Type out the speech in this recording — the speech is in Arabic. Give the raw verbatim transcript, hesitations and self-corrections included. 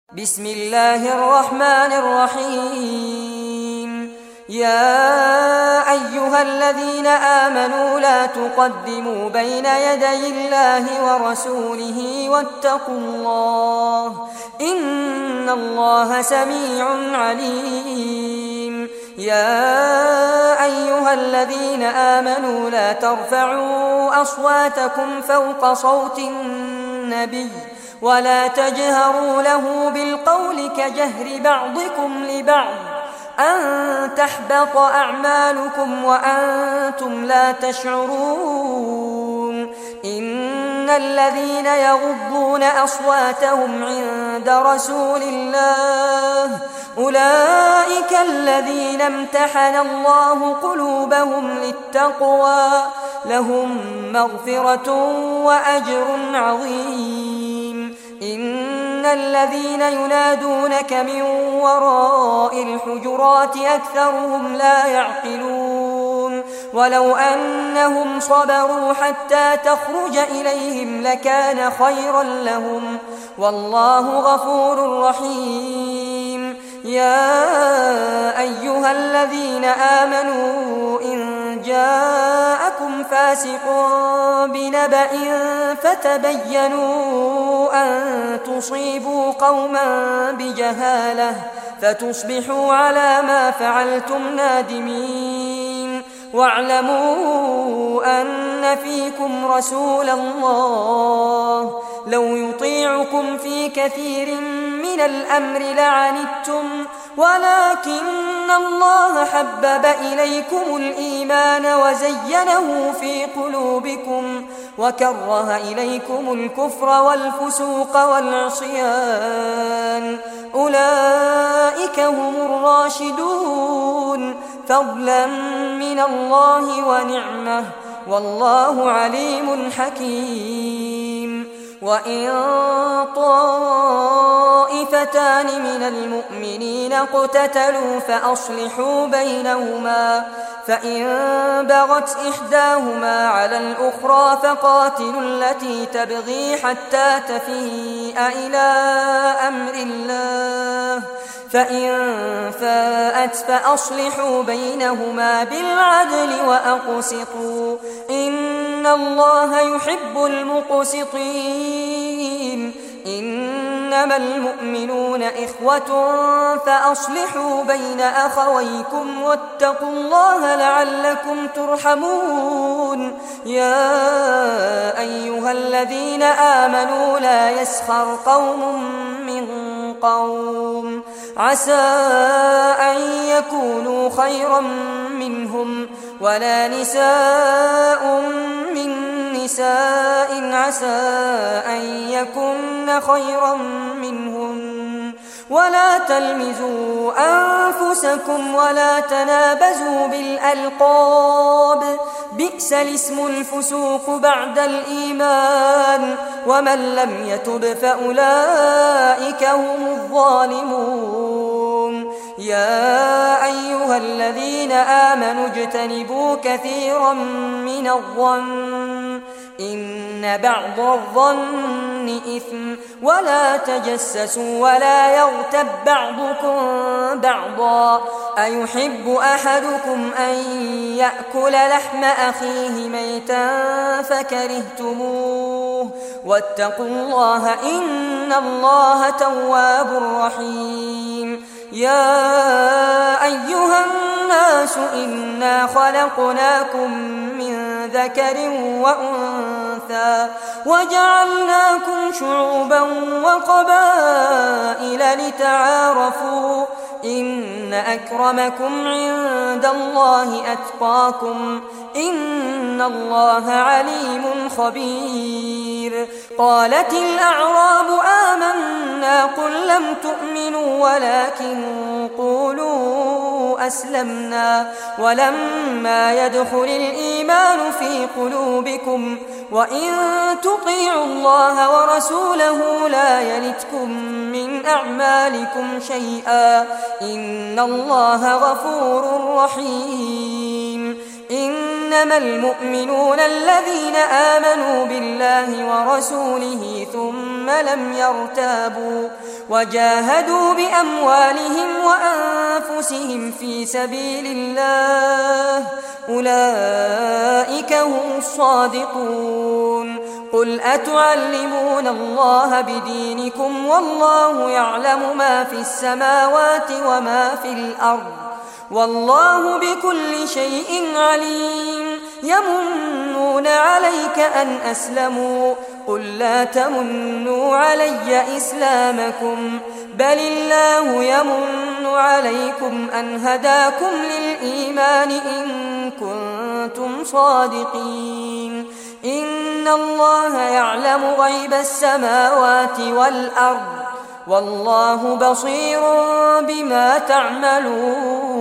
بسم الله الرحمن الرحيم. يا أيها الذين آمنوا لا تقدموا بين يدي الله ورسوله واتقوا الله إن الله سميع عليم. يا أيها الذين آمنوا لا ترفعوا أصواتكم فوق صوت النبي ولا تجهروا له بالقول كجهر بعضكم لبعض أن تحبط أعمالكم وأنتم لا تشعرون. إن الذين يغضون أصواتهم عند رسول الله أولئك الذين امتحن الله قلوبهم للتقوى لهم مغفرة وأجر عظيم. إن الذين ينادونك من وراء الحجرات أكثرهم لا يعقلون. ولو أنهم صبروا حتى تخرج إليهم لكان خيرا لهم والله غفور رحيم. يا أيها الذين آمنوا إن جاءكم فاسق بنبأ فتبينوا أن تصيبوا قوما بجهالة فتصبحوا على ما فعلتم نادمين. واعلموا أن فيكم رسول الله لو يطيعكم في كثير من الأمر لعنتم ولكن الله حبب إليكم الإيمان وزينه في قلوبكم وكره إليكم الكفر والفسوق والعصيان أولئك هم الراشدون فضلا من الله ونعمه والله عليم حكيم. وإن طائفتان من المؤمنين اقتتلوا فأصلحوا بينهما فإن بغت إحداهما على الأخرى فقاتلوا التي تبغي حتى تفيء إلى أمر الله فإن فاءت فأصلحوا بينهما بالعدل وأقسطوا إن الله يحب المقسطين. إنما المؤمنون إخوة فأصلحوا بين أخويكم واتقوا الله لعلكم ترحمون. يا أيها الذين آمنوا لا يسخر قوم من قوم عسى أن يكونوا خيرا منهم ولا نساء من نساء عسى أن يكن خيرا منهن ولا تلمزوا أنفسكم ولا تنابزوا بالألقاب بئس الاسم الفسوق بعد الإيمان ومن لم يتب فأولئك هم الظالمون. يا أيها الذين آمنوا اجتنبوا كثيرا من الظن إن بعض الظن إثم ولا تجسسوا ولا يغتب بعضكم بعضا أيحب أحدكم أن يأكل لحم أخيه ميتا فكرهتموه واتقوا الله إن الله تواب رحيم. يا أيها الناس إنا خلقناكم من ذكر وأنثى وجعلناكم شعوبا وقبائل لتعارفوا إن أكرمكم عند الله أتقاكم إن الله عليم خبير. قالت الأعراب آمنا قل لم تؤمنوا ولكن قولوا أسلمنا ولما يدخل الإيمان في قلوبكم وإن تطيعوا الله ورسوله لا يلتكم من أعمالكم شيئا إن الله غفور رحيم. إنما المؤمنون الذين آمنوا بالله ورسوله ثم ثم لم يرتابوا وجاهدوا بأموالهم وأنفسهم في سبيل الله أولئك هم الصادقون. قل أتعلمون الله بدينكم والله يعلم ما في السماوات وما في الأرض والله بكل شيء عليم. يمنون عليك أن أسلموا قل لا تمنوا علي إسلامكم بل الله يمن عليكم أن هداكم للإيمان إن كنتم صادقين. إن الله يعلم غيب السماوات والأرض والله بصير بما تعملون.